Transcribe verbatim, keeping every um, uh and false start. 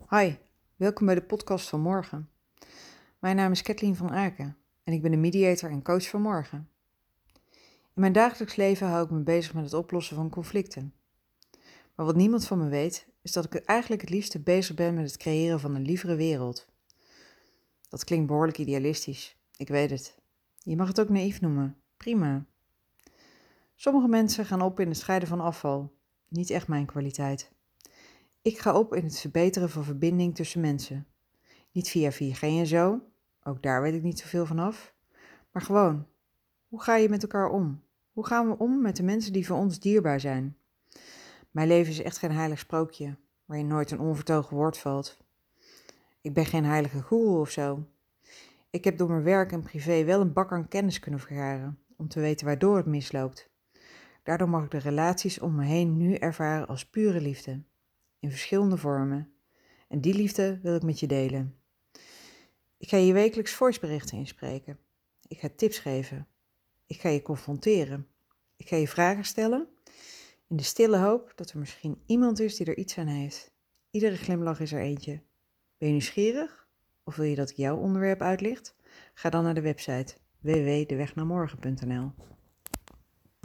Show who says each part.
Speaker 1: Hi, welkom bij de podcast van morgen. Mijn naam is Kathleen van Aken en ik ben de mediator en coach van morgen. In mijn dagelijks leven hou ik me bezig met het oplossen van conflicten. Maar wat niemand van me weet, is dat ik eigenlijk het liefste bezig ben met het creëren van een lievere wereld. Dat klinkt behoorlijk idealistisch, ik weet het. Je mag het ook naïef noemen, prima. Sommige mensen gaan op in het scheiden van afval, niet echt mijn kwaliteit. Ik ga op in het verbeteren van verbinding tussen mensen. Niet via vier G en zo, ook daar weet ik niet zoveel van af. Maar gewoon, hoe ga je met elkaar om? Hoe gaan we om met de mensen die voor ons dierbaar zijn? Mijn leven is echt geen heilig sprookje, waarin nooit een onvertogen woord valt. Ik ben geen heilige goeroe of zo. Ik heb door mijn werk en privé wel een bak aan kennis kunnen vergaren, om te weten waardoor het misloopt. Daardoor mag ik de relaties om me heen nu ervaren als pure liefde, in verschillende vormen. En die liefde wil ik met je delen. Ik ga je wekelijks voiceberichten inspreken. Ik ga tips geven. Ik ga je confronteren. Ik ga je vragen stellen. In de stille hoop dat er misschien iemand is die er iets aan heeft. Iedere glimlach is er eentje. Ben je nieuwsgierig? Of wil je dat ik jouw onderwerp uitlicht? Ga dan naar de website w w w punt de weg naar morgen punt n l.